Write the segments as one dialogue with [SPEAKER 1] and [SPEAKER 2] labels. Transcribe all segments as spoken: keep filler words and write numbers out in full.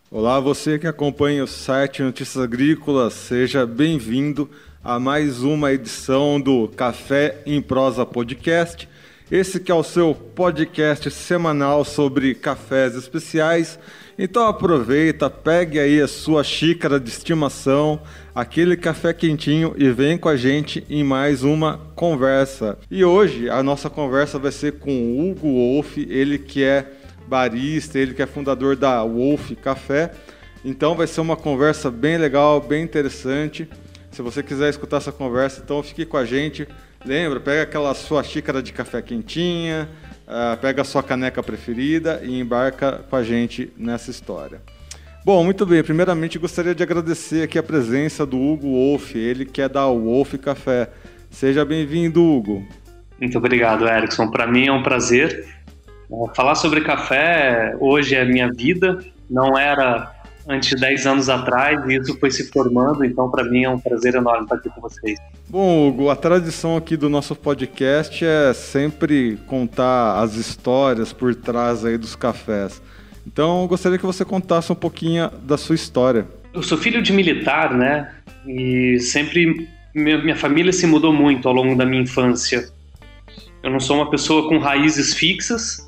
[SPEAKER 1] Olá, você que acompanha o site Notícias Agrícolas, seja bem-vindo a mais uma edição do Café em Prosa Podcast. Esse que é o seu podcast semanal sobre cafés especiais. Então aproveita, pegue aí a sua xícara de estimação, aquele café quentinho e vem com a gente em mais uma conversa. E hoje a nossa conversa vai ser com o Hugo Wolff, ele que é barista, ele que é fundador da Wolff Café. Então vai ser uma conversa bem legal, bem interessante. Se você quiser escutar essa conversa, então fique com a gente. Lembra, pega aquela sua xícara de café quentinha, uh, pega a sua caneca preferida e embarca com a gente nessa história. Bom, muito bem. Primeiramente, gostaria de agradecer aqui a presença do Hugo Wolff, ele que é da Wolff Café. Seja bem-vindo, Hugo.
[SPEAKER 2] Muito obrigado, Erickson. Para mim é um prazer. Falar sobre café hoje é minha vida, não era antes de dez anos atrás, e isso foi se formando, então para mim é um prazer enorme estar aqui com vocês.
[SPEAKER 1] Bom, Hugo, a tradição aqui do nosso podcast é sempre contar as histórias por trás aí dos cafés. Então eu gostaria que você contasse um pouquinho da sua história.
[SPEAKER 2] Eu sou filho de militar, né? E sempre minha família se mudou muito ao longo da minha infância. Eu não sou uma pessoa com raízes fixas,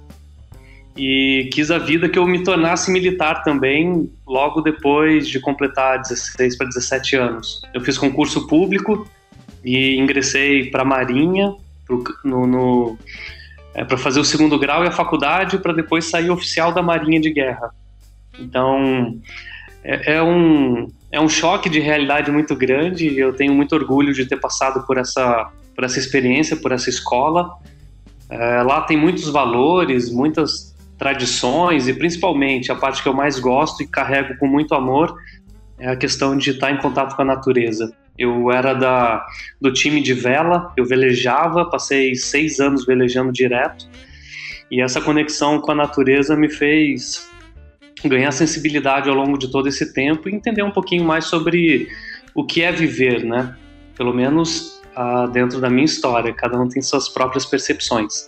[SPEAKER 2] e quis a vida que eu me tornasse militar também, logo depois de completar dezesseis para dezessete anos. Eu fiz concurso público e ingressei para a Marinha pro, no, no, é, para fazer o segundo grau e a faculdade, para depois sair oficial da Marinha de Guerra. Então, é, é, um, é um choque de realidade muito grande, e eu tenho muito orgulho de ter passado por essa, por essa experiência, por essa escola. É, lá tem muitos valores, muitas tradições, e principalmente a parte que eu mais gosto e carrego com muito amor é a questão de estar em contato com a natureza. Eu era da, do time de vela, eu velejava, passei seis anos velejando direto, e essa conexão com a natureza me fez ganhar sensibilidade ao longo de todo esse tempo e entender um pouquinho mais sobre o que é viver, né? Pelo menos ah, dentro da minha história, cada um tem suas próprias percepções.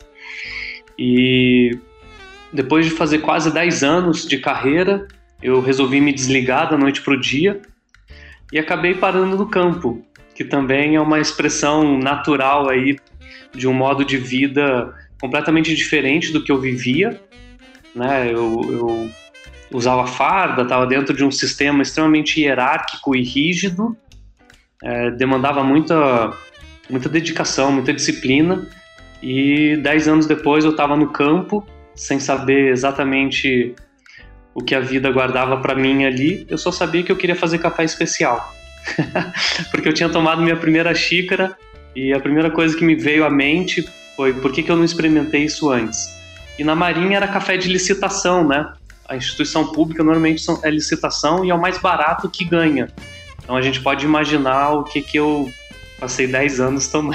[SPEAKER 2] E depois de fazer quase dez anos de carreira, eu resolvi me desligar da noite para o dia e acabei parando no campo, que também é uma expressão natural aí de um modo de vida completamente diferente do que eu vivia, né? Eu, eu usava farda, estava dentro de um sistema extremamente hierárquico e rígido, é, demandava muita, muita dedicação, muita disciplina, e dez anos depois eu estava no campo, sem saber exatamente o que a vida guardava para mim ali. Eu só sabia que eu queria fazer café especial. Porque eu tinha tomado minha primeira xícara e a primeira coisa que me veio à mente foi: por que que eu não experimentei isso antes? E na Marinha era café de licitação, né? A instituição pública normalmente é licitação e é o mais barato que ganha. Então a gente pode imaginar o que que eu passei dez anos tomando.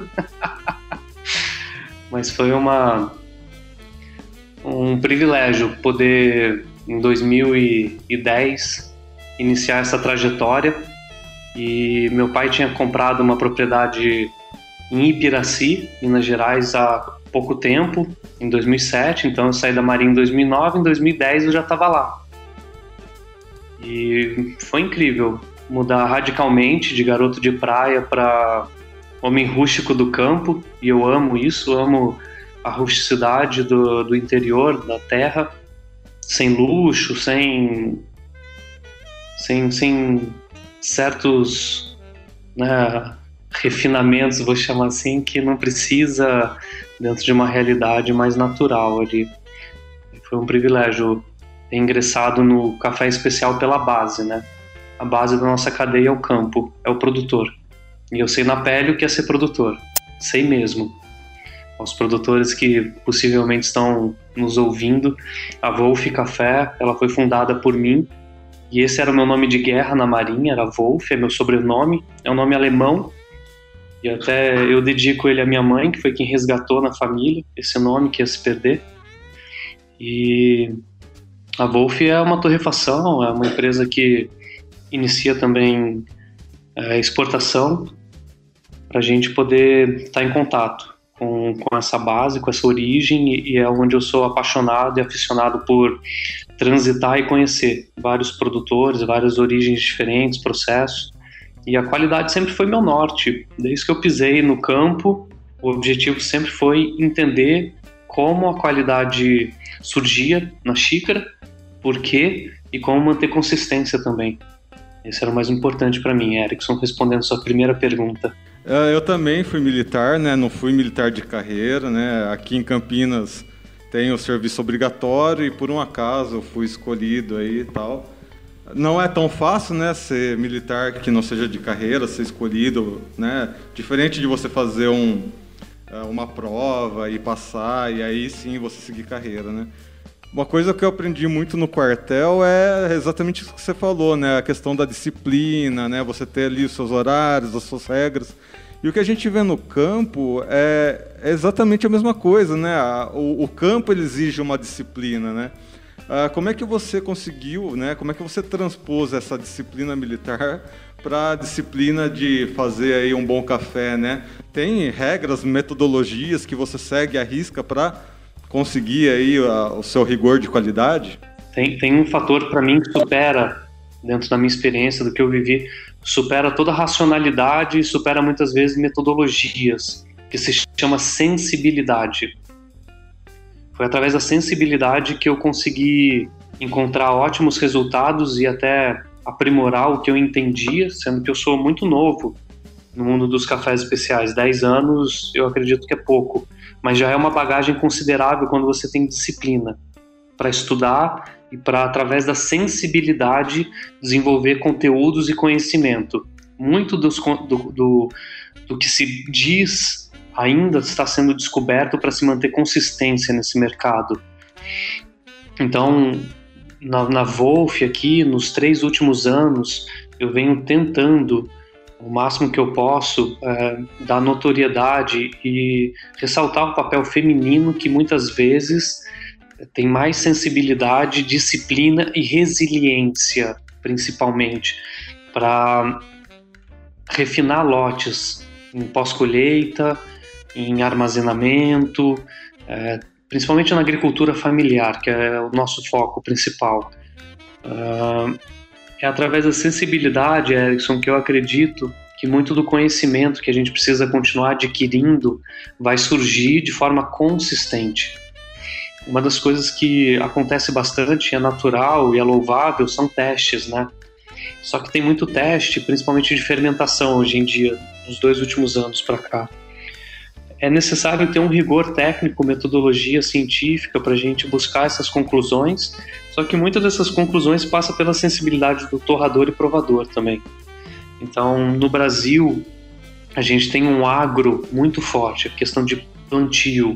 [SPEAKER 2] Mas foi uma... um privilégio poder, em dois mil e dez, iniciar essa trajetória. E meu pai tinha comprado uma propriedade em Ipiraci, Minas Gerais, há pouco tempo, em dois mil e sete. Então eu saí da Marinha em dois mil e nove, em dois mil e dez eu já estava lá. E foi incrível mudar radicalmente de garoto de praia para homem rústico do campo, e eu amo isso, amo a rusticidade do, do interior, da terra, sem luxo, sem, sem, sem certos, né, refinamentos, vou chamar assim, que não precisa dentro de uma realidade mais natural ali. Foi um privilégio ter ingressado no café especial pela base, né? A base da nossa cadeia é o campo, é o produtor. E eu sei na pele o que é ser produtor, sei mesmo. Aos produtores que possivelmente estão nos ouvindo, a Wolff Café, ela foi fundada por mim, e esse era o meu nome de guerra na Marinha, era Wolff, é meu sobrenome, é um nome alemão, e até eu dedico ele à minha mãe, que foi quem resgatou na família esse nome que ia se perder. E a Wolff é uma torrefação, é uma empresa que inicia também é, exportação, para a gente poder estar em contato com, com essa base, com essa origem, e, e é onde eu sou apaixonado e aficionado por transitar e conhecer vários produtores, várias origens diferentes, processos, e a qualidade sempre foi meu norte. Desde que eu pisei no campo, o objetivo sempre foi entender como a qualidade surgia na xícara, por quê e como manter consistência também. Esse era o mais importante para mim, Erickson, respondendo sua primeira pergunta.
[SPEAKER 1] Eu também fui militar, né? Não fui militar de carreira, né? Aqui em Campinas tem o serviço obrigatório e por um acaso eu fui escolhido aí e tal. Não é tão fácil, né, ser militar que não seja de carreira, ser escolhido, né? Diferente de você fazer um, uma prova e passar e aí sim você seguir carreira, né? Uma coisa que eu aprendi muito no quartel é exatamente isso que você falou, né? A questão da disciplina, né? Você ter ali os seus horários, as suas regras. E o que a gente vê no campo é, é exatamente a mesma coisa, né? O, o campo ele exige uma disciplina, né? Ah, como é que você conseguiu, né? Como é que você transpôs essa disciplina militar para a disciplina de fazer aí um bom café, né? Tem regras, metodologias que você segue à risca para conseguir aí a, o seu rigor de qualidade?
[SPEAKER 2] Tem, tem um fator para mim que supera, dentro da minha experiência, do que eu vivi, supera toda a racionalidade e supera muitas vezes metodologias, que se chama sensibilidade. Foi através da sensibilidade que eu consegui encontrar ótimos resultados e até aprimorar o que eu entendia, sendo que eu sou muito novo no mundo dos cafés especiais. dez anos eu acredito que é pouco, mas já é uma bagagem considerável quando você tem disciplina para estudar e para, através da sensibilidade, desenvolver conteúdos e conhecimento. Muito dos, do, do, do que se diz ainda está sendo descoberto para se manter consistência nesse mercado. Então, na, na Wolf aqui, nos três últimos anos, eu venho tentando o máximo que eu posso é, dar notoriedade e ressaltar o papel feminino, que muitas vezes tem mais sensibilidade, disciplina e resiliência, principalmente, para refinar lotes em pós-colheita, em armazenamento, é, principalmente na agricultura familiar, que é o nosso foco principal. Uh, É através da sensibilidade, Erickson, que eu acredito que muito do conhecimento que a gente precisa continuar adquirindo vai surgir de forma consistente. Uma das coisas que acontece bastante, é natural e é louvável, são testes, né? Só que tem muito teste, principalmente de fermentação hoje em dia, nos dois últimos anos para cá. É necessário ter um rigor técnico, metodologia científica para a gente buscar essas conclusões, só que muitas dessas conclusões passam pela sensibilidade do torrador e provador também. Então, no Brasil, a gente tem um agro muito forte, a questão de plantio,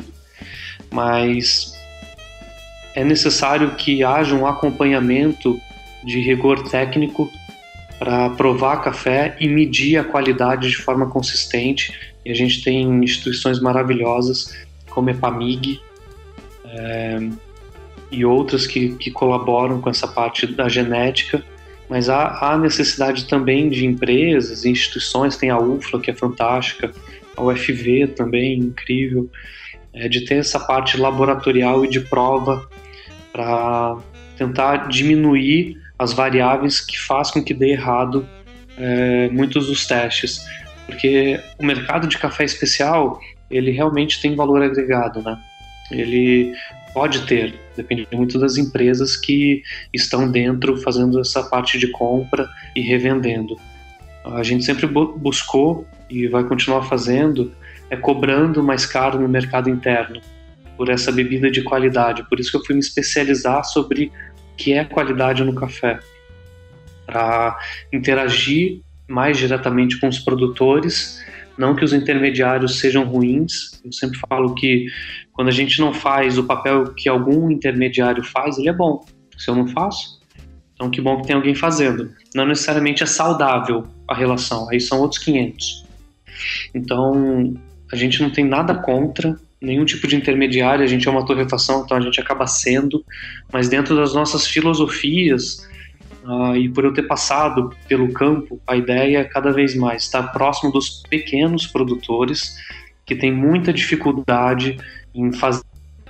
[SPEAKER 2] mas é necessário que haja um acompanhamento de rigor técnico para provar café e medir a qualidade de forma consistente. E a gente tem instituições maravilhosas como a EPAMIG é, e outras que, que colaboram com essa parte da genética, mas há, há necessidade também de empresas, instituições, tem a U F L A, que é fantástica, a U F V também, incrível, é, de ter essa parte laboratorial e de prova para tentar diminuir as variáveis que fazem com que dê errado é, muitos dos testes. Porque o mercado de café especial, ele realmente tem valor agregado, né? Ele pode ter, depende muito das empresas que estão dentro fazendo essa parte de compra e revendendo. A gente sempre buscou e vai continuar fazendo, é cobrando mais caro no mercado interno por essa bebida de qualidade. Por isso que eu fui me especializar sobre o que é qualidade no café, para interagir mais diretamente com os produtores, não que os intermediários sejam ruins. Eu sempre falo que quando a gente não faz o papel que algum intermediário faz, ele é bom. Se eu não faço, então que bom que tem alguém fazendo. Não necessariamente é saudável a relação, aí são outros quinhentos. Então, a gente não tem nada contra nenhum tipo de intermediário, a gente é uma torrefação, então a gente acaba sendo, mas dentro das nossas filosofias, Uh, e por eu ter passado pelo campo, a ideia é cada vez mais estar próximo dos pequenos produtores que tem muita dificuldade em fazer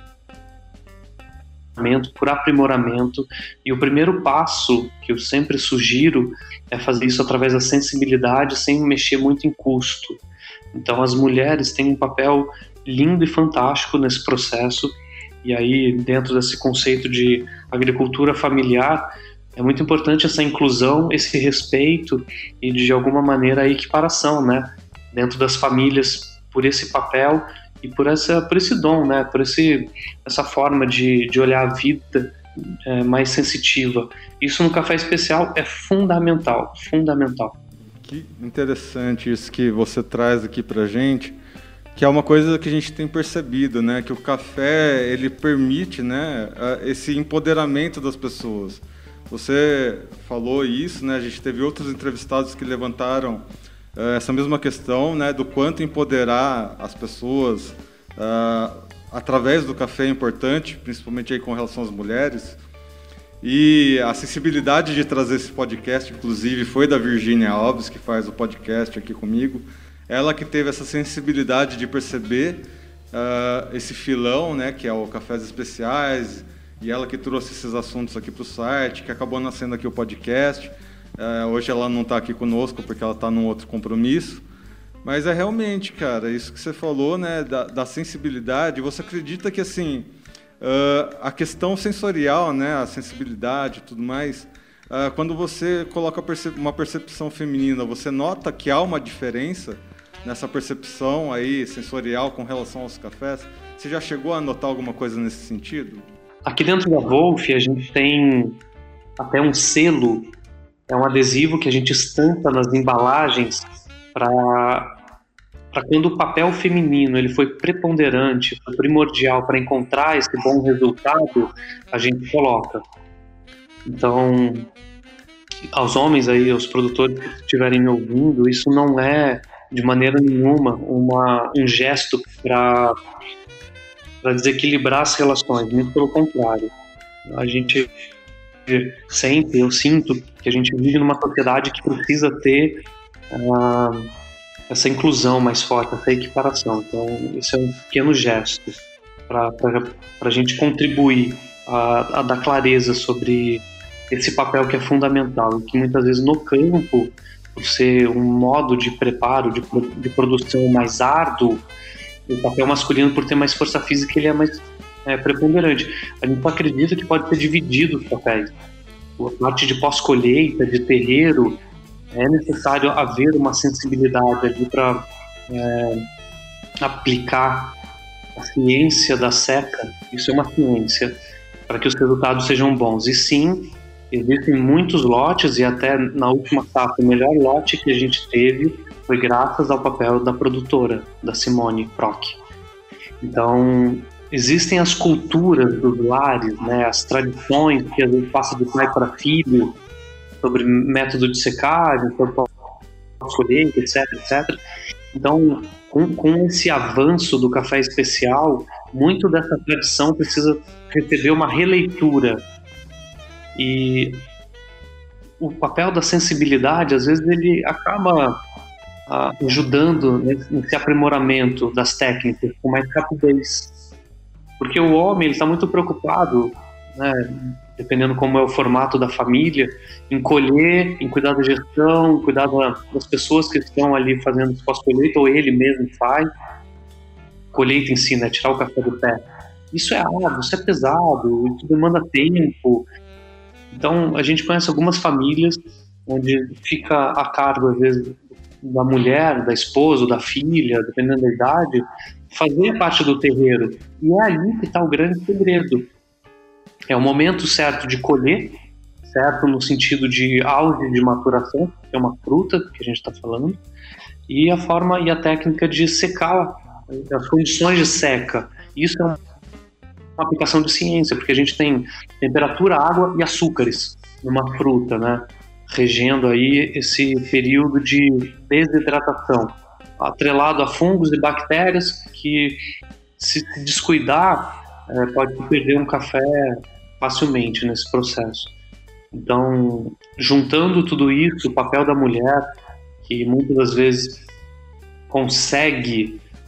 [SPEAKER 2] por aprimoramento, e o primeiro passo que eu sempre sugiro é fazer isso através da sensibilidade, sem mexer muito em custo. Então as mulheres têm um papel lindo e fantástico nesse processo, e aí dentro desse conceito de agricultura familiar é muito importante essa inclusão, esse respeito e de alguma maneira a equiparação, né, dentro das famílias por esse papel e por, essa, por esse dom, né? Por esse, essa forma de, de olhar a vida é, mais sensitiva. Isso no café especial é fundamental, fundamental.
[SPEAKER 1] Que interessante isso que você traz aqui pra gente, que é uma coisa que a gente tem percebido, né? Que o café, ele permite, né, esse empoderamento das pessoas. Você falou isso, né? A gente teve outros entrevistados que levantaram essa mesma questão, né, do quanto empoderar as pessoas uh, através do café é importante, principalmente aí com relação às mulheres. E a sensibilidade de trazer esse podcast, inclusive, foi da Virginia Alves, que faz o podcast aqui comigo. Ela que teve essa sensibilidade de perceber uh, esse filão, né, que é o Cafés Especiais, e ela que trouxe esses assuntos aqui para o site, que acabou nascendo aqui o podcast. Uh, hoje ela não está aqui conosco porque ela está num outro compromisso, mas é realmente, cara, isso que você falou, né, da, da sensibilidade. Você acredita que, assim, uh, a questão sensorial, né, a sensibilidade e tudo mais, uh, quando você coloca percep- uma percepção feminina, você nota que há uma diferença nessa percepção aí sensorial com relação aos cafés? Você já chegou a notar alguma coisa nesse sentido?
[SPEAKER 2] Aqui dentro da Wolf a gente tem até um selo. É um adesivo que a gente estampa nas embalagens para quando o papel feminino ele foi preponderante, foi primordial para encontrar esse bom resultado, a gente coloca. Então, aos homens aí, aos produtores que estiverem me ouvindo, isso não é de maneira nenhuma uma, um gesto para para desequilibrar as relações, muito pelo contrário. A gente sempre, eu sinto que a gente vive numa sociedade que precisa ter uh, essa inclusão mais forte, essa equiparação. Então, isso é um pequeno gesto para a gente contribuir a, a dar clareza sobre esse papel que é fundamental e que muitas vezes no campo, por ser um modo de preparo, de, de produção mais árduo, o papel masculino, por ter mais força física, ele é mais é, preponderante. A gente acredita que pode ser dividido os papéis. A parte de pós-colheita, de terreiro, é necessário haver uma sensibilidade ali para é, aplicar a ciência da seca. Isso é uma ciência, para que os resultados sejam bons. E sim, existem muitos lotes, e até na última safra, o melhor lote que a gente teve foi graças ao papel da produtora, da Simone Proc. Então, existem as culturas dos lares, né, as tradições que às vezes passam de pai para filho, sobre método de secagem, sobre colheita, etc, etcétera. Então, com, com esse avanço do café especial, muito dessa tradição precisa receber uma releitura. E o papel da sensibilidade, às vezes, ele acaba uh, ajudando nesse, nesse aprimoramento das técnicas com mais rapidez. Porque o homem está muito preocupado, né, dependendo como é o formato da família, em colher, em cuidar da gestão, em cuidar da, das pessoas que estão ali fazendo pós-colheita, ou ele mesmo faz. Colheita em si, né, tirar o café do pé. Isso é árduo, isso é pesado, isso demanda tempo. Então, a gente conhece algumas famílias onde fica a cargo, às vezes, da mulher, da esposa, ou da filha, dependendo da idade, fazer parte do terreiro. E é ali que está o grande segredo. É o momento certo de colher, certo no sentido de auge de maturação, que é uma fruta que a gente está falando, e a forma e a técnica de secar, as condições de seca. Isso é uma aplicação de ciência, porque a gente tem temperatura, água e açúcares numa fruta, né, regendo aí esse período de desidratação, atrelado a fungos e bactérias que, se descuidar, é, pode perder um café facilmente nesse processo. Então, juntando tudo isso, o papel da mulher, que muitas das vezes consegue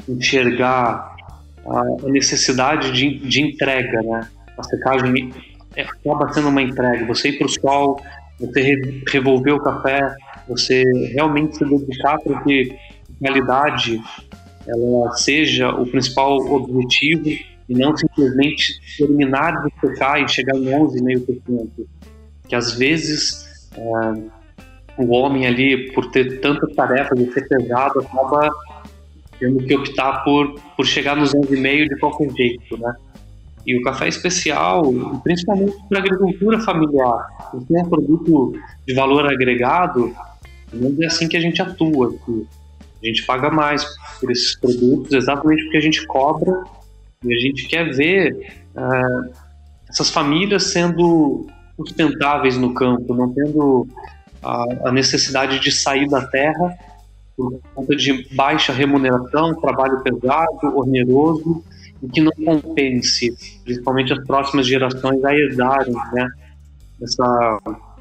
[SPEAKER 2] enxergar a necessidade de, de entrega, né? A secagem acaba sendo uma entrega. Você ir para o sol, você re, revolver o café, você realmente se dedicar para que a qualidade ela seja o principal objetivo e não simplesmente terminar de secar e chegar em onze vírgula cinco por cento. Que às vezes é, o homem ali, por ter tantas tarefas e ser pesado, acaba tendo que optar por, por chegar nos onze vírgula cinco de qualquer jeito, né? E o café especial, principalmente para a agricultura familiar, se é um produto de valor agregado, não é assim que a gente atua aqui. A gente paga mais por esses produtos exatamente porque a gente cobra e a gente quer ver uh, essas famílias sendo sustentáveis no campo, não tendo a, a necessidade de sair da terra por conta de baixa remuneração, trabalho pesado, oneroso, e que não compense, principalmente as próximas gerações, a herdarem, né, essa,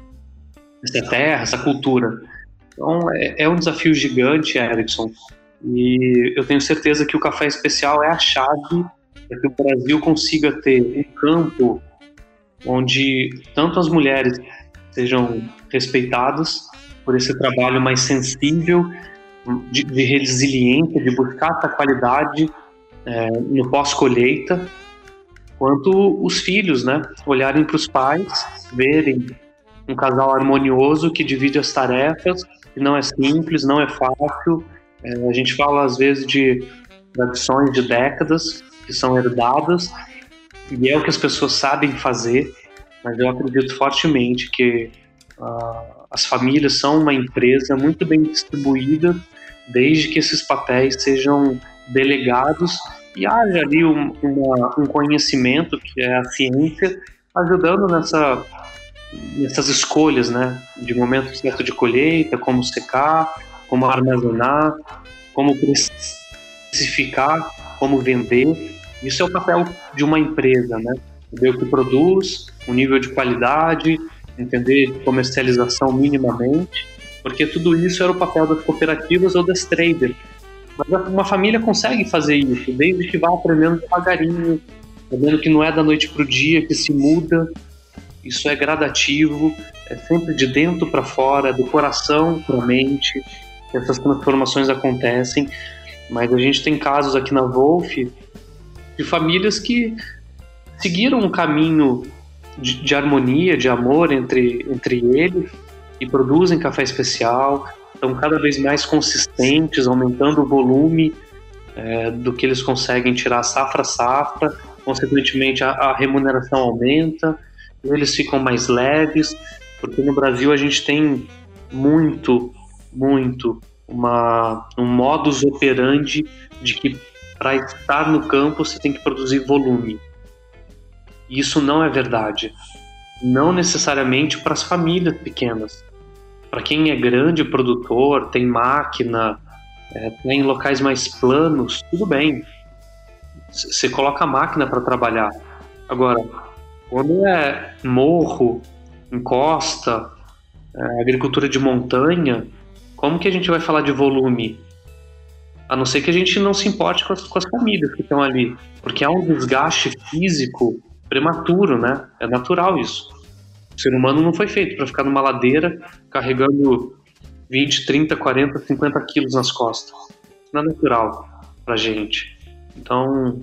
[SPEAKER 2] essa terra, essa cultura. Então, é, é um desafio gigante, Erickson, e eu tenho certeza que o café especial é a chave para que o Brasil consiga ter um campo onde tanto as mulheres sejam respeitadas por esse trabalho mais sensível, de, de resiliência, de buscar essa qualidade é, no pós-colheita, quanto os filhos, né, olharem para os pais, verem um casal harmonioso que divide as tarefas, que não é simples, não é fácil. É, a gente fala às vezes de tradições de décadas que são herdadas e é o que as pessoas sabem fazer, mas eu acredito fortemente que uh, as famílias são uma empresa muito bem distribuída, desde que esses papéis sejam delegados e haja ali um, uma, um conhecimento, que é a ciência, ajudando nessa, nessas escolhas, né, de momento certo de colheita, como secar, como armazenar, como precificar, como vender. Isso é o papel de uma empresa, né? Saber o que produz, o nível de qualidade, entender comercialização minimamente, porque tudo isso era o papel das cooperativas ou das traders. Mas uma família consegue fazer isso, desde que vá aprendendo devagarinho, sabendo que não é da noite para o dia, que se muda. Isso é gradativo, é sempre de dentro para fora, do coração para a mente, que essas transformações acontecem. Mas a gente tem casos aqui na Wolf de famílias que seguiram um caminho de, de harmonia, de amor entre, entre eles e produzem café especial, estão cada vez mais consistentes, aumentando o volume é, do que eles conseguem tirar safra a safra, consequentemente a, a remuneração aumenta, eles ficam mais leves, porque no Brasil a gente tem muito, muito uma, um modus operandi de que para estar no campo você tem que produzir volume. Isso não é verdade. Não necessariamente para as famílias pequenas. Para quem é grande produtor, tem máquina, é, tem locais mais planos, tudo bem. Você coloca a máquina para trabalhar. Agora, quando é morro, encosta, é, agricultura de montanha, como que a gente vai falar de volume? A não ser que a gente não se importe com as, com as famílias que estão ali, porque há um desgaste físico prematuro, né? É natural isso. O ser humano não foi feito para ficar numa ladeira carregando vinte, trinta, quarenta, cinquenta quilos nas costas. Não é natural pra gente. Então,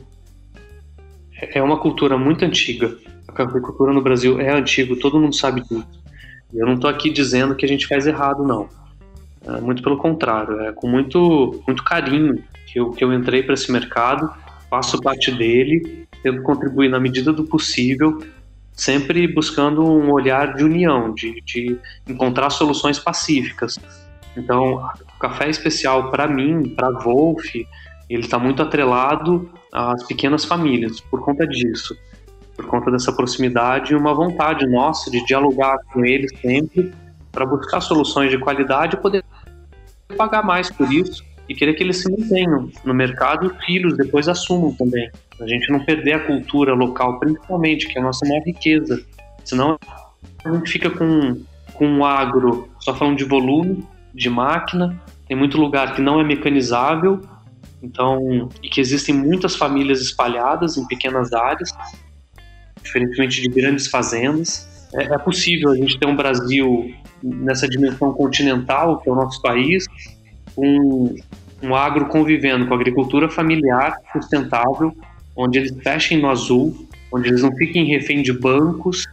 [SPEAKER 2] é uma cultura muito antiga. A cafeicultura no Brasil é antiga, todo mundo sabe disso. E eu não estou aqui dizendo que a gente faz errado, não. É muito pelo contrário, é com muito, muito carinho que eu, que eu entrei para esse mercado, faço parte dele, tento contribuir na medida do possível, sempre buscando um olhar de união, de, de encontrar soluções pacíficas. Então, o café especial, para mim, para a Wolf, ele está muito atrelado às pequenas famílias, por conta disso, por conta dessa proximidade e uma vontade nossa de dialogar com eles sempre, para buscar soluções de qualidade e poder pagar mais por isso e querer que eles se mantenham no mercado e os filhos depois assumam também. A gente não perder a cultura local, principalmente, que é a nossa maior riqueza. Senão a gente fica com, com o agro só falando de volume, de máquina, tem muito lugar que não é mecanizável Então, e que existem muitas famílias espalhadas em pequenas áreas, diferentemente de grandes fazendas. É, é possível a gente ter um Brasil nessa dimensão continental, que é o nosso país, com um agro convivendo com a agricultura familiar sustentável, onde eles fechem no azul, onde eles não fiquem refém de bancos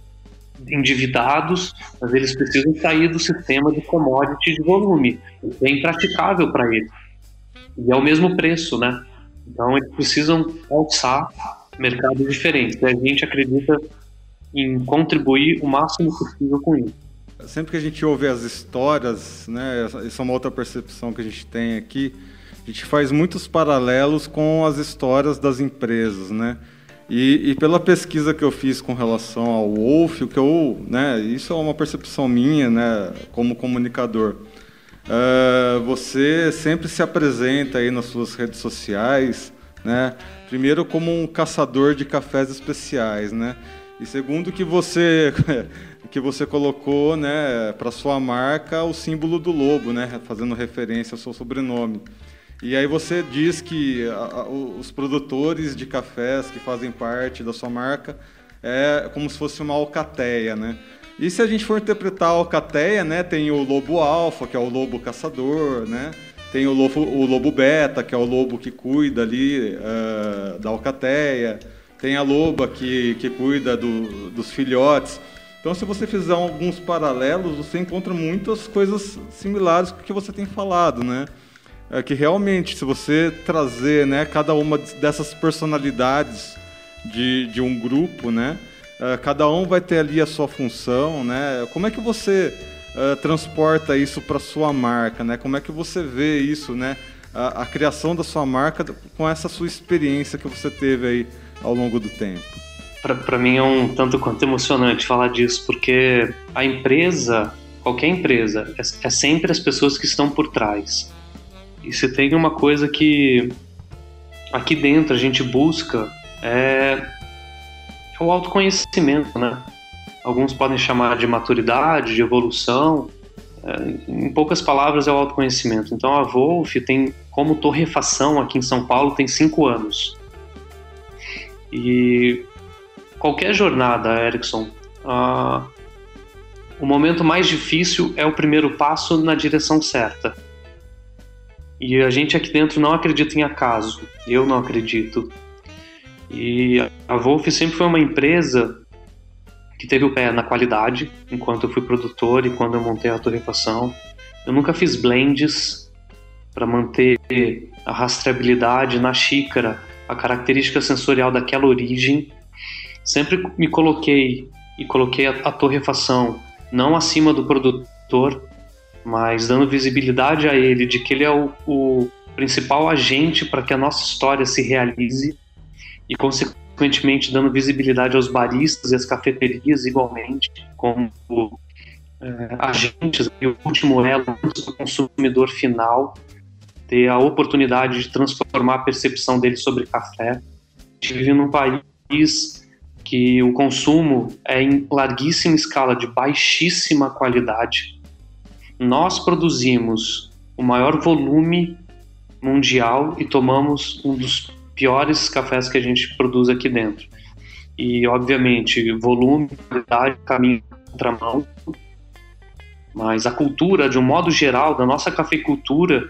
[SPEAKER 2] endividados, mas eles precisam sair do sistema de commodity de volume. É impraticável para eles. E é o mesmo preço, né? Então eles precisam alçar mercados diferentes. E a gente acredita em contribuir o máximo possível com isso.
[SPEAKER 1] Sempre que a gente ouve as histórias, né, essa é uma outra percepção que a gente tem aqui, a gente faz muitos paralelos com as histórias das empresas, né? E, e pela pesquisa que eu fiz com relação ao Wolf, o que eu, né, isso é uma percepção minha, né, como comunicador. Uh, você sempre se apresenta aí nas suas redes sociais, né? Primeiro como um caçador de cafés especiais, né? E segundo que você que você colocou, né, para sua marca o símbolo do lobo, né, fazendo referência ao seu sobrenome. E aí você diz que a, a, os produtores de cafés que fazem parte da sua marca é como se fosse uma alcateia, né? E se a gente for interpretar a alcateia, né, tem o lobo alfa, que é o lobo caçador, né? Tem o lobo, o lobo beta, que é o lobo que cuida ali uh, da alcateia. Tem a loba que, que cuida do, dos filhotes. Então, se você fizer alguns paralelos, você encontra muitas coisas similares com o que você tem falado, né? É que realmente, se você trazer, né, cada uma dessas personalidades de, de um grupo, né, uh, cada um vai ter ali a sua função, né? Como é que você uh, transporta isso para sua marca, né? Como é que você vê isso, né? A, a criação da sua marca com essa sua experiência que você teve aí ao longo do tempo.
[SPEAKER 2] Para mim é um tanto quanto emocionante falar disso, porque a empresa, qualquer empresa, é, é sempre as pessoas que estão por trás. E se tem uma coisa que aqui dentro a gente busca é, é o autoconhecimento, né? Alguns podem chamar de maturidade, de evolução. É, em poucas palavras é o autoconhecimento. Então a Wolf tem como torrefação aqui em São Paulo tem cinco anos. E qualquer jornada, Erickson, uh, o momento mais difícil é o primeiro passo na direção certa. E a gente aqui dentro não acredita em acaso, eu não acredito. E a Wolf sempre foi uma empresa que teve o pé na qualidade, enquanto eu fui produtor e quando eu montei a torrefação. Eu nunca fiz blends para manter a rastreabilidade na xícara, a característica sensorial daquela origem. Sempre me coloquei e coloquei a, a torrefação não acima do produtor, mas dando visibilidade a ele de que ele é o, o principal agente para que a nossa história se realize e, consequentemente, dando visibilidade aos baristas e às cafeterias igualmente, como é, agentes e o último elo do consumidor final, ter a oportunidade de transformar a percepção dele sobre café. A gente vive num país que o consumo é em larguíssima escala, de baixíssima qualidade. Nós produzimos o maior volume mundial e tomamos um dos piores cafés que a gente produz aqui dentro. E, obviamente, volume, qualidade, caminho na contramão. Mas a cultura, de um modo geral, da nossa cafeicultura,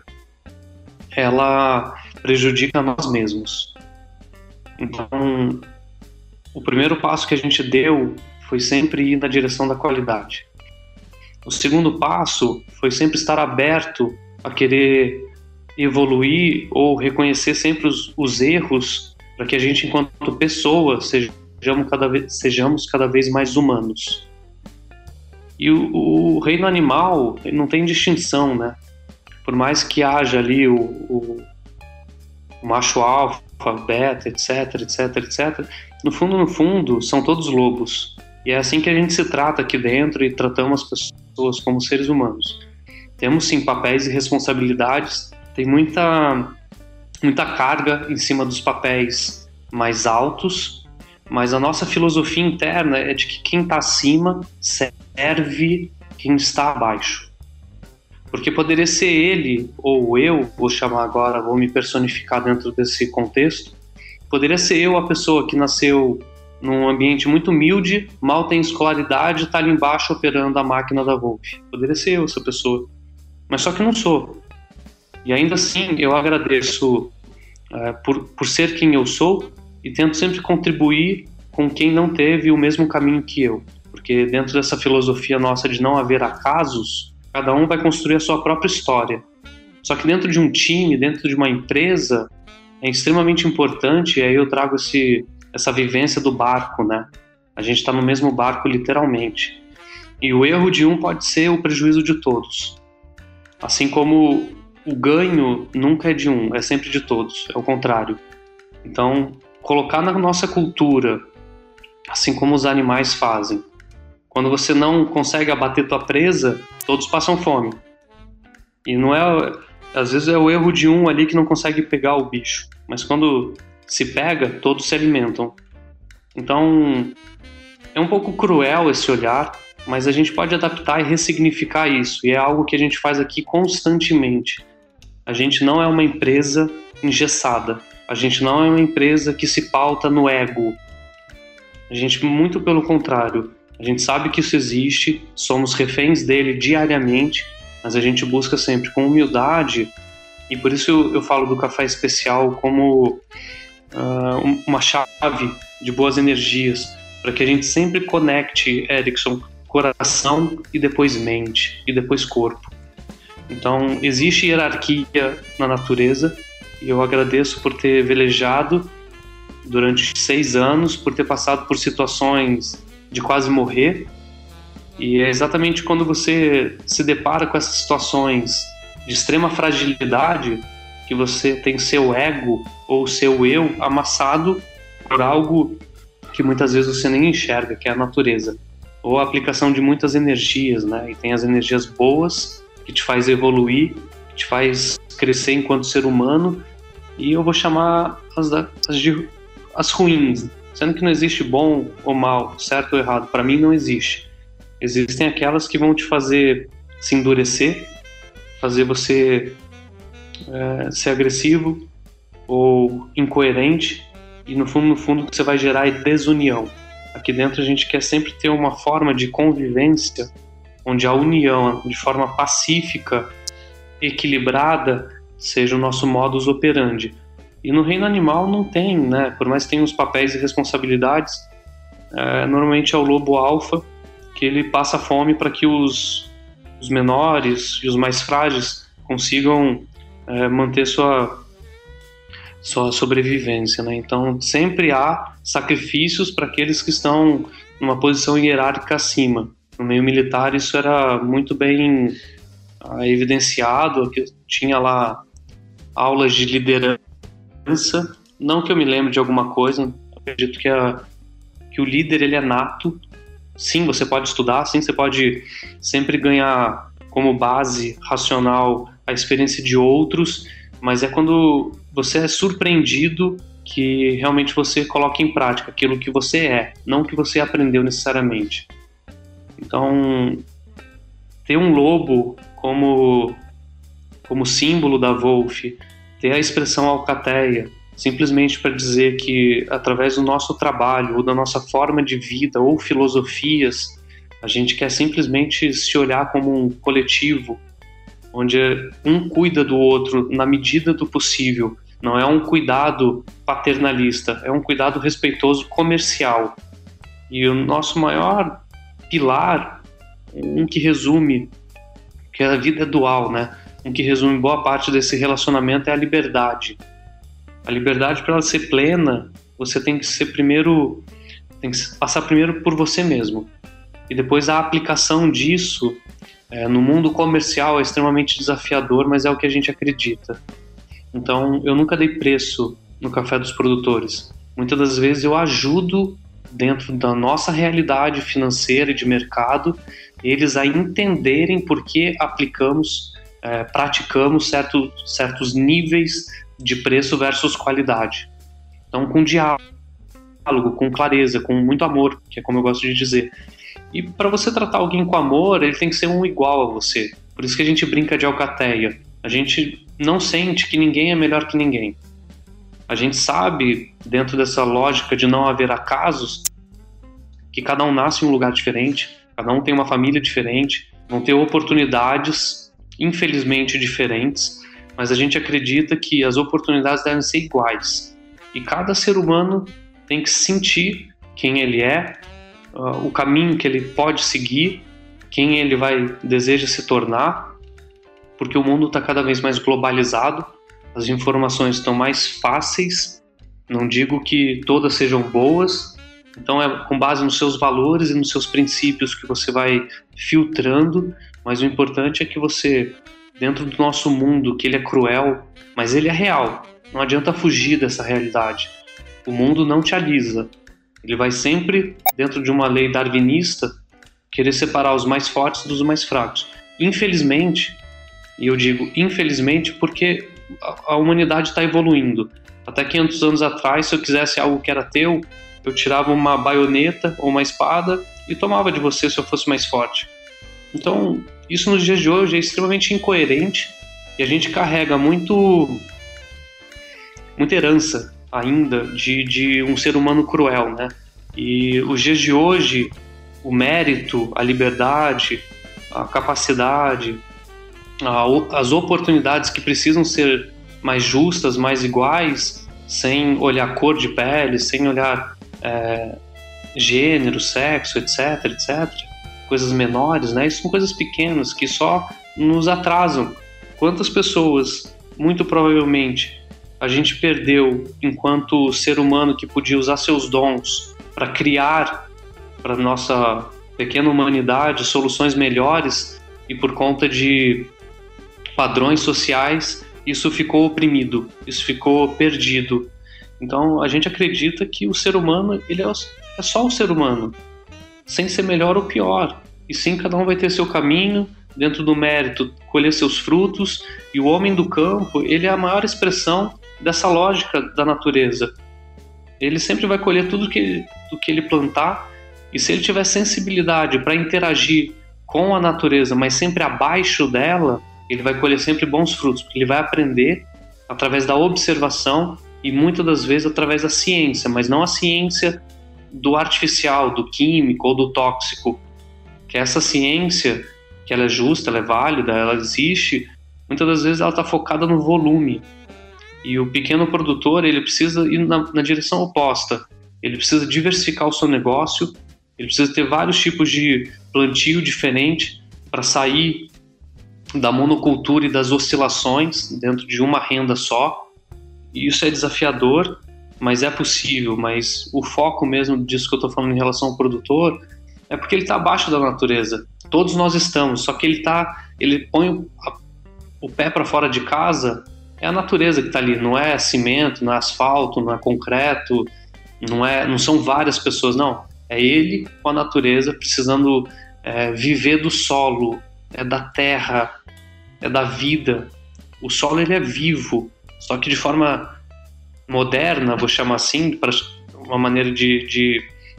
[SPEAKER 2] ela prejudica nós mesmos. Então, o primeiro passo que a gente deu foi sempre ir na direção da qualidade. O segundo passo foi sempre estar aberto a querer evoluir ou reconhecer sempre os, os erros para que a gente, enquanto pessoa, sejamos cada vez, sejamos cada vez mais humanos. E o, o reino animal não tem distinção, né? Por mais que haja ali o, o, o macho alfa, beta, etc, etc, etc, no fundo, no fundo, são todos lobos. E é assim que a gente se trata aqui dentro e tratamos as pessoas como seres humanos. Temos, sim, papéis e responsabilidades, tem muita, muita carga em cima dos papéis mais altos, mas a nossa filosofia interna é de que quem está acima serve quem está abaixo. Porque poderia ser ele, ou eu, vou chamar agora, vou me personificar dentro desse contexto, poderia ser eu a pessoa que nasceu num ambiente muito humilde, mal tem escolaridade, está ali embaixo operando a máquina da Wolf. Poderia ser eu essa pessoa, mas só que não sou. E ainda assim eu agradeço é, por, por ser quem eu sou e tento sempre contribuir com quem não teve o mesmo caminho que eu. Porque dentro dessa filosofia nossa de não haver acasos, cada um vai construir a sua própria história. Só que dentro de um time, dentro de uma empresa, é extremamente importante, e aí eu trago esse, essa vivência do barco, né? A gente está no mesmo barco literalmente. E o erro de um pode ser o prejuízo de todos. Assim como o ganho nunca é de um, é sempre de todos, é o contrário. Então, colocar na nossa cultura, assim como os animais fazem, quando você não consegue abater tua presa, todos passam fome. E não é, às vezes é o erro de um ali que não consegue pegar o bicho, mas quando se pega, todos se alimentam. Então, é um pouco cruel esse olhar, mas a gente pode adaptar e ressignificar isso, e é algo que a gente faz aqui constantemente. A gente não é uma empresa engessada, a gente não é uma empresa que se pauta no ego. A gente, muito pelo contrário, a gente sabe que isso existe, somos reféns dele diariamente, mas a gente busca sempre com humildade, e por isso eu, eu falo do café especial como uh, uma chave de boas energias, para que a gente sempre conecte, Erickson, coração e depois mente, e depois corpo. Então, existe hierarquia na natureza, e eu agradeço por ter velejado durante seis anos, por ter passado por situações de quase morrer, e é exatamente quando você se depara com essas situações de extrema fragilidade que você tem seu ego ou seu eu amassado por algo que muitas vezes você nem enxerga, que é a natureza, ou a aplicação de muitas energias, né? E tem as energias boas, que te faz evoluir, que te faz crescer enquanto ser humano, e eu vou chamar as, as, as ruins, sendo que não existe bom ou mal, certo ou errado. Para mim não existe. Existem aquelas que vão te fazer se endurecer, fazer você é, ser agressivo ou incoerente, e no fundo, no fundo, você vai gerar desunião. Aqui dentro a gente quer sempre ter uma forma de convivência onde a união, de forma pacífica, equilibrada, seja o nosso modus operandi. E no reino animal não tem, né? Por mais que tenha os papéis e responsabilidades, é, normalmente é o lobo alfa que ele passa fome para que os, os menores e os mais frágeis consigam é, manter sua, sua sobrevivência, né? Então sempre há sacrifícios para aqueles que estão numa posição hierárquica acima. No meio militar isso era muito bem ah, evidenciado, que tinha lá aulas de liderança. Não que eu me lembre de alguma coisa, acredito que, a, que o líder ele é nato. Sim, você pode estudar, sim, você pode sempre ganhar como base racional a experiência de outros, mas é quando você é surpreendido que realmente você coloca em prática aquilo que você é, não o que você aprendeu necessariamente. Então, ter um lobo como, como símbolo da Wolf, ter a expressão alcateia, simplesmente para dizer que através do nosso trabalho, ou da nossa forma de vida, ou filosofias, a gente quer simplesmente se olhar como um coletivo, onde um cuida do outro na medida do possível. Não é um cuidado paternalista, é um cuidado respeitoso comercial. E o nosso maior pilar, um que resume, que a vida é dual, né? Um que resume boa parte desse relacionamento é a liberdade. A liberdade, para ela ser plena, você tem que ser primeiro, tem que passar primeiro por você mesmo. E depois a aplicação disso é, no mundo comercial é extremamente desafiador, mas é o que a gente acredita. Então, eu nunca dei preço no café dos produtores. Muitas das vezes eu ajudo dentro da nossa realidade financeira e de mercado, eles a entenderem por que aplicamos, é, praticamos certo, certos níveis de preço versus qualidade. Então, com diálogo, com clareza, com muito amor, que é como eu gosto de dizer. E para você tratar alguém com amor, ele tem que ser um igual a você. Por isso que a gente brinca de alcateia. A gente não sente que ninguém é melhor que ninguém. A gente sabe, dentro dessa lógica de não haver acasos, que cada um nasce em um lugar diferente, cada um tem uma família diferente, vão ter oportunidades, infelizmente, diferentes, mas a gente acredita que as oportunidades devem ser iguais. E cada ser humano tem que sentir quem ele é, uh, o caminho que ele pode seguir, quem ele vai deseja se tornar, porque o mundo está cada vez mais globalizado, as informações estão mais fáceis, não digo que todas sejam boas, então é com base nos seus valores e nos seus princípios que você vai filtrando, mas o importante é que você, dentro do nosso mundo, que ele é cruel, mas ele é real, não adianta fugir dessa realidade. O mundo não te alisa, ele vai sempre, dentro de uma lei darwinista, querer separar os mais fortes dos mais fracos. Infelizmente, e eu digo infelizmente porque a humanidade está evoluindo. Até quinhentos anos atrás, se eu quisesse algo que era teu, eu tirava uma baioneta ou uma espada e tomava de você se eu fosse mais forte. Então, isso nos dias de hoje é extremamente incoerente e a gente carrega muito, muita herança ainda de, de um ser humano cruel, né? E os dias de hoje, o mérito, a liberdade, a capacidade, a, as oportunidades que precisam ser mais justas, mais iguais, sem olhar cor de pele, sem olhar é, gênero, sexo, etc, etc, coisas menores, né? Isso são coisas pequenas que só nos atrasam. Quantas pessoas, muito provavelmente, a gente perdeu enquanto ser humano que podia usar seus dons para criar para a nossa pequena humanidade soluções melhores e por conta de padrões sociais isso ficou oprimido, isso ficou perdido. Então a gente acredita que o ser humano ele é, é só o ser humano, sem ser melhor ou pior, e sim cada um vai ter seu caminho, dentro do mérito colher seus frutos, e o homem do campo ele é a maior expressão dessa lógica da natureza. Ele sempre vai colher tudo que, do que ele plantar, e se ele tiver sensibilidade para interagir com a natureza, mas sempre abaixo dela, ele vai colher sempre bons frutos, porque ele vai aprender através da observação e muitas das vezes através da ciência, mas não a ciência do artificial, do químico ou do tóxico, que essa ciência, que ela é justa, ela é válida, ela existe, muitas das vezes ela está focada no volume. E o pequeno produtor, ele precisa ir na, na direção oposta. Ele precisa diversificar o seu negócio, ele precisa ter vários tipos de plantio diferente para sair da monocultura e das oscilações dentro de uma renda só. E isso é desafiador, mas é possível. Mas o foco mesmo disso que eu estou falando em relação ao produtor é porque ele está abaixo da natureza. Todos nós estamos, só que ele, tá, ele põe o, a, o pé para fora de casa. É a natureza que está ali, não é cimento, não é asfalto, não é concreto, não, é, não são várias pessoas, não. É ele com a natureza precisando é, viver do solo, é da terra, é da vida. O solo ele é vivo, só que de forma moderna, vou chamar assim, para uma maneira de, de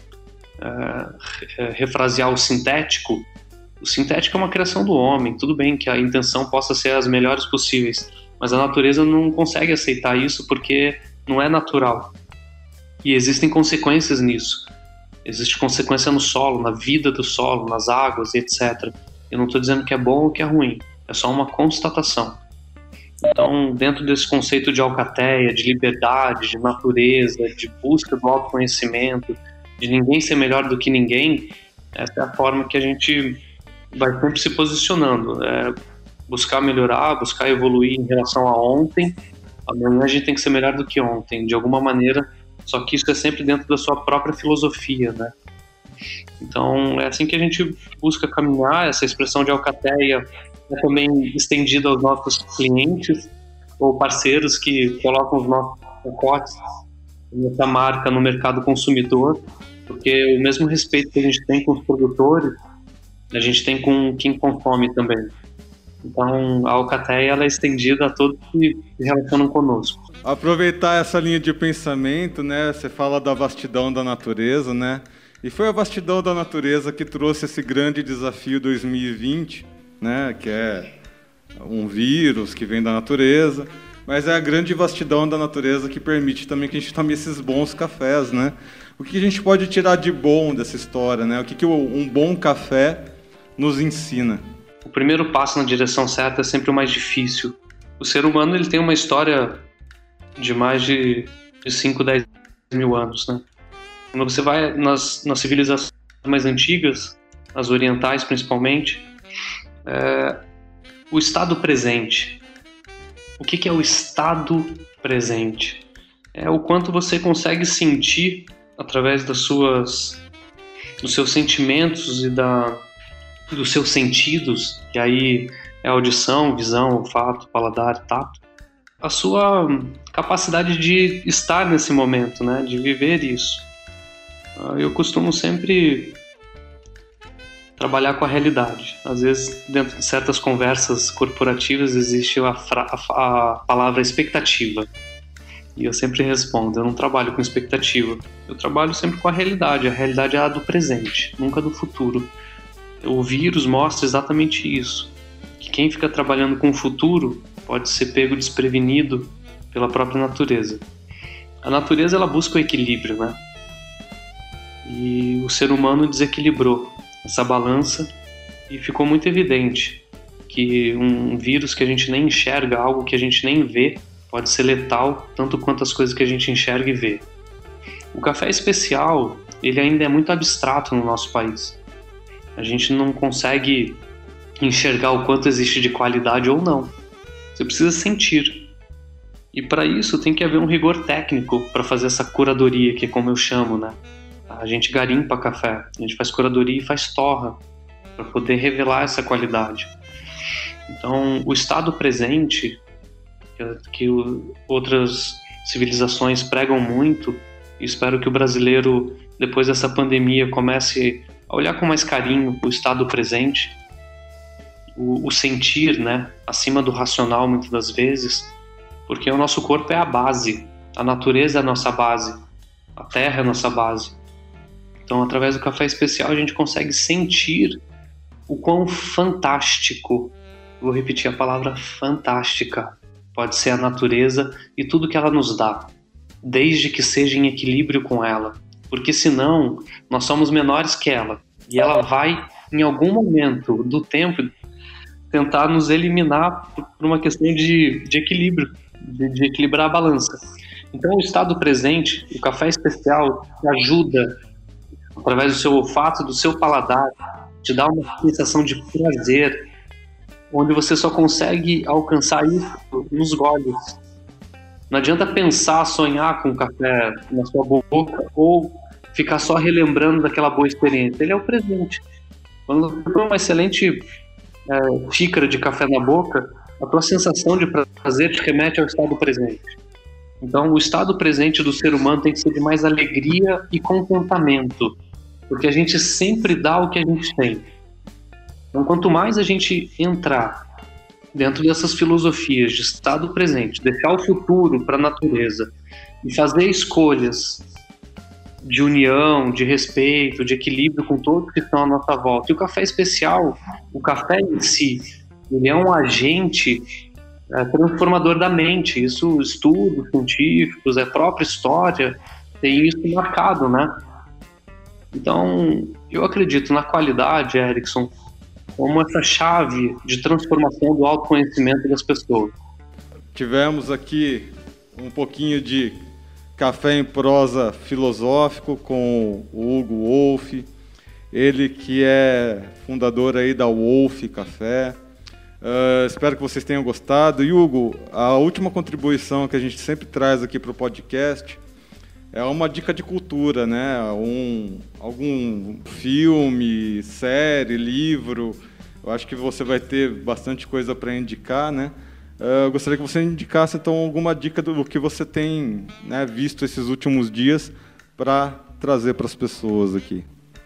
[SPEAKER 2] uh, refrasear o sintético. O sintético é uma criação do homem, tudo bem que a intenção possa ser as melhores possíveis, mas a natureza não consegue aceitar isso porque não é natural. E existem consequências nisso. Existe consequência no solo, na vida do solo, nas águas, etcétera. Eu não estou dizendo que é bom ou que é ruim, é só uma constatação. Então, dentro desse conceito de alcateia, de liberdade, de natureza, de busca do autoconhecimento, de ninguém ser melhor do que ninguém, essa é a forma que a gente vai sempre se posicionando. É buscar melhorar, buscar evoluir em relação a ontem. Amanhã a gente tem que ser melhor do que ontem, de alguma maneira, só que isso é sempre dentro da sua própria filosofia, né? Então, é assim que a gente busca caminhar. Essa expressão de alcateia é também estendida aos nossos clientes ou parceiros que colocam os nossos pacotes, nossa marca no mercado consumidor, porque o mesmo respeito que a gente tem com os produtores, a gente tem com quem consome também. Então, a alcateia ela é estendida a todos que se relacionam conosco.
[SPEAKER 1] Aproveitar essa linha de pensamento, né? Você fala da vastidão da natureza, né? E foi a vastidão da natureza que trouxe esse grande desafio dois mil e vinte, né, que é um vírus que vem da natureza, mas é a grande vastidão da natureza que permite também que a gente tome esses bons cafés, né? O que a gente pode tirar de bom dessa história, né? O que, que um bom café nos ensina?
[SPEAKER 2] O primeiro passo na direção certa é sempre o mais difícil. O ser humano ele tem uma história de mais de, de cinco, dez mil anos, né? Quando você vai nas, nas civilizações mais antigas, as orientais principalmente, é, o estado presente. O que, que é o estado presente? É o quanto você consegue sentir através das suas, dos seus sentimentos e da, dos seus sentidos, que aí é audição, visão, olfato, paladar, tato, a sua capacidade de estar nesse momento, né? De viver isso. Eu costumo sempre trabalhar com a realidade. Às vezes, dentro de certas conversas corporativas, existe a, fra- a, a palavra expectativa. E eu sempre respondo, eu não trabalho com expectativa. Eu trabalho sempre com a realidade. A realidade é a do presente, nunca do futuro. O vírus mostra exatamente isso. Que quem fica trabalhando com o futuro pode ser pego desprevenido pela própria natureza. A natureza, ela busca o equilíbrio, né? E o ser humano desequilibrou essa balança e ficou muito evidente que um vírus que a gente nem enxerga, algo que a gente nem vê, pode ser letal tanto quanto as coisas que a gente enxerga e vê. O café especial, ele ainda é muito abstrato no nosso país. A gente não consegue enxergar o quanto existe de qualidade ou não. Você precisa sentir. E para isso tem que haver um rigor técnico para fazer essa curadoria, que é como eu chamo, né? A gente garimpa café, a gente faz curadoria e faz torra para poder revelar essa qualidade. Então, o estado presente, que, que o, outras civilizações pregam muito, e espero que o brasileiro, depois dessa pandemia, comece a olhar com mais carinho o estado presente, o, o sentir, né, acima do racional muitas das vezes, porque o nosso corpo é a base, a natureza é a nossa base, a terra é a nossa base. Então, através do café especial, a gente consegue sentir o quão fantástico, vou repetir a palavra fantástica, pode ser a natureza e tudo que ela nos dá, desde que seja em equilíbrio com ela, porque senão nós somos menores que ela e ela vai, em algum momento do tempo, tentar nos eliminar por uma questão de, de equilíbrio, de, de equilibrar a balança. Então, o estado presente, o café especial, ajuda através do seu olfato, do seu paladar, te dá uma sensação de prazer, onde você só consegue alcançar isso nos goles. Não adianta pensar, sonhar com o café na sua boca ou ficar só relembrando daquela boa experiência. Ele é o presente. Quando você põe uma excelente é, xícara de café na boca, a tua sensação de prazer te remete ao estado presente. Então, o estado presente do ser humano tem que ser de mais alegria e contentamento, porque a gente sempre dá o que a gente tem. Então, quanto mais a gente entrar dentro dessas filosofias de estado presente, deixar o futuro para a natureza e fazer escolhas de união, de respeito, de equilíbrio com todos que estão à nossa volta. E o café especial, o café em si, ele é um agente é, transformador da mente. Isso, estudos científicos, é a própria história, tem isso marcado, né? Então, eu acredito na qualidade, Erickson, como essa chave de transformação do autoconhecimento das pessoas.
[SPEAKER 1] Tivemos aqui um pouquinho de café em prosa filosófico com o Hugo Wolff, ele que é fundador aí da Wolff Café. Uh, espero que vocês tenham gostado. E, Hugo, a última contribuição que a gente sempre traz aqui para o podcast é uma dica de cultura, né? Um, algum filme, série, livro. Eu acho que você vai ter bastante coisa para indicar, né? Eu gostaria que você indicasse, então, alguma dica do que você tem, né, visto esses últimos dias para trazer para as pessoas aqui.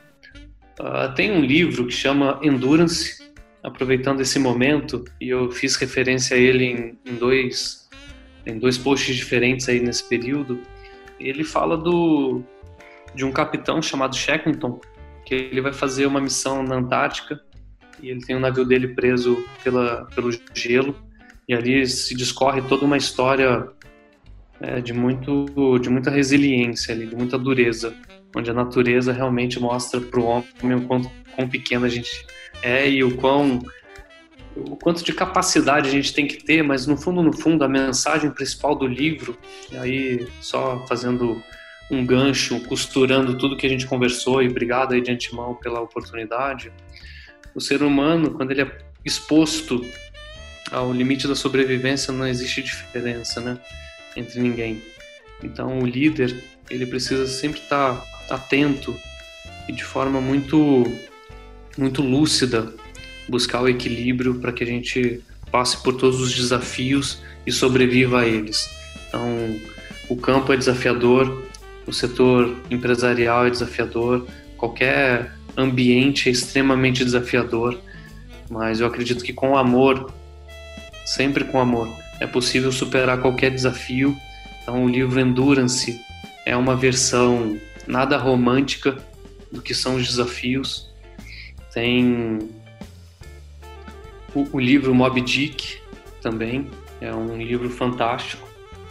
[SPEAKER 2] Uh, tem um livro que chama Endurance, aproveitando esse momento, e eu fiz referência a ele em, em, dois, em dois posts diferentes aí nesse período. Ele fala do, de um capitão chamado Shackleton, que ele vai fazer uma missão na Antártica e ele tem o navio dele preso pela, pelo gelo, e ali se discorre toda uma história é, de, muito, de muita resiliência, ali, de muita dureza, onde a natureza realmente mostra para o homem o quão, quão pequeno a gente é e o quão o quanto de capacidade a gente tem que ter, mas no fundo, no fundo, a mensagem principal do livro, e aí só fazendo um gancho, costurando tudo que a gente conversou, e obrigado aí de antemão pela oportunidade, o ser humano, quando ele é exposto ao limite da sobrevivência, não existe diferença, né, entre ninguém. Então o líder, ele precisa sempre estar atento e de forma muito, muito lúcida, buscar o equilíbrio para que a gente passe por todos os desafios e sobreviva a eles. Então, o campo é desafiador, o setor empresarial é desafiador, qualquer ambiente é extremamente desafiador, mas eu acredito que com amor, sempre com amor, é possível superar qualquer desafio. Então, o livro Endurance é uma versão nada romântica do que são os desafios. Tem O, o livro Moby Dick também é um livro fantástico,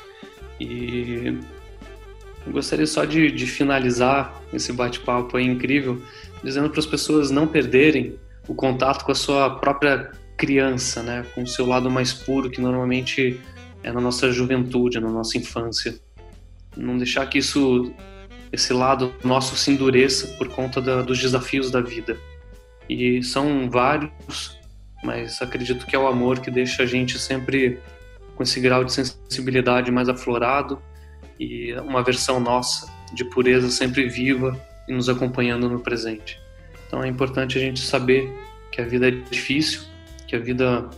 [SPEAKER 2] e eu gostaria só de, de finalizar esse bate-papo aí incrível dizendo para as pessoas não perderem o contato com a sua própria criança, né? Com o seu lado mais puro, que normalmente é na nossa juventude, na nossa infância. Não deixar que isso, esse lado nosso se endureça por conta da, dos desafios da vida. E são vários, mas acredito que é o amor que deixa a gente sempre com esse grau de sensibilidade mais aflorado e uma versão nossa de pureza sempre viva e nos acompanhando no presente. Então é importante a gente saber que a vida é difícil, que a vida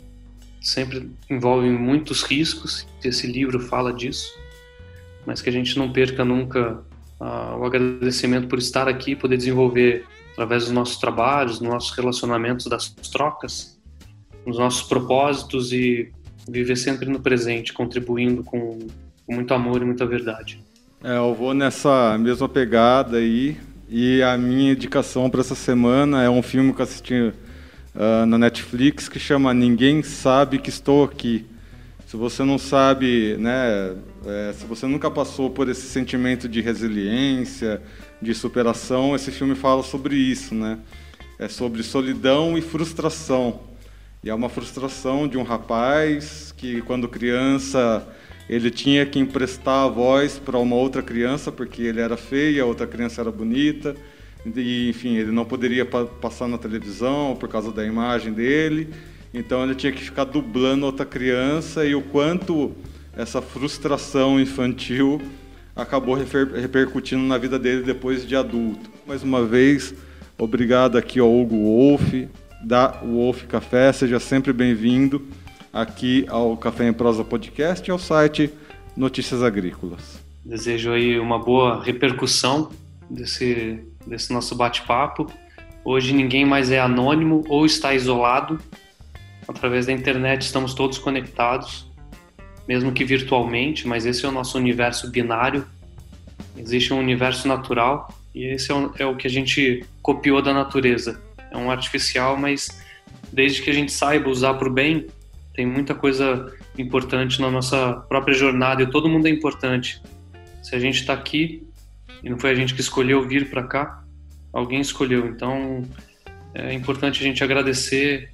[SPEAKER 2] sempre envolve muitos riscos, e esse livro fala disso, mas que a gente não perca nunca uh, o agradecimento por estar aqui, poder desenvolver através dos nossos trabalhos, dos nossos relacionamentos, das trocas, nos nossos propósitos, e viver sempre no presente, contribuindo com, com muito amor e muita verdade.
[SPEAKER 1] É, eu vou nessa mesma pegada aí, e a minha indicação para essa semana é um filme que eu assisti uh, na Netflix que chama Ninguém Sabe Que Estou Aqui. Se você não sabe, né, é, se você nunca passou por esse sentimento de resiliência, de superação, esse filme fala sobre isso, né? É sobre solidão e frustração. E é uma frustração de um rapaz que, quando criança, ele tinha que emprestar a voz para uma outra criança, porque ele era feio, a outra criança era bonita. E, enfim, ele não poderia pa- passar na televisão por causa da imagem dele. Então ele tinha que ficar dublando outra criança, e o quanto essa frustração infantil acabou reper- repercutindo na vida dele depois de adulto. Mais uma vez, obrigado aqui ao Hugo Wolff, da Wolff Café. Seja sempre bem-vindo aqui ao Café em Prosa Podcast e ao site Notícias Agrícolas.
[SPEAKER 2] Desejo aí uma boa repercussão desse, desse nosso bate-papo. Hoje ninguém mais é anônimo ou está isolado. Através da internet estamos todos conectados, mesmo que virtualmente, mas esse é o nosso universo binário. Existe um universo natural, e esse é o, é o que a gente copiou da natureza. É um artificial, mas desde que a gente saiba usar para o bem, tem muita coisa importante na nossa própria jornada, e todo mundo é importante. Se a gente está aqui, e não foi a gente que escolheu vir para cá, alguém escolheu. Então é importante a gente agradecer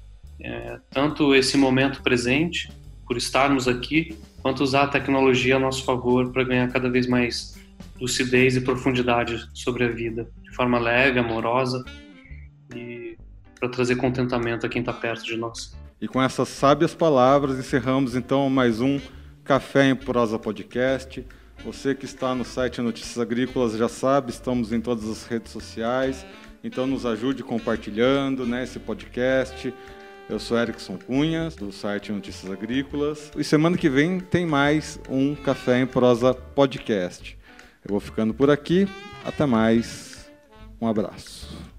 [SPEAKER 2] É, tanto esse momento presente, por estarmos aqui, quanto usar a tecnologia a nosso favor para ganhar cada vez mais lucidez e profundidade sobre a vida, de forma leve, amorosa, e para trazer contentamento a quem está perto de nós.
[SPEAKER 1] E com essas sábias palavras, encerramos então mais um Café em Prosa Podcast. Você que está no site Notícias Agrícolas já sabe, estamos em todas as redes sociais, então nos ajude compartilhando, né, esse podcast. Eu sou Erickson Cunha, do site Notícias Agrícolas, e semana que vem tem mais um Café em Prosa Podcast. Eu vou ficando por aqui, até mais, um abraço.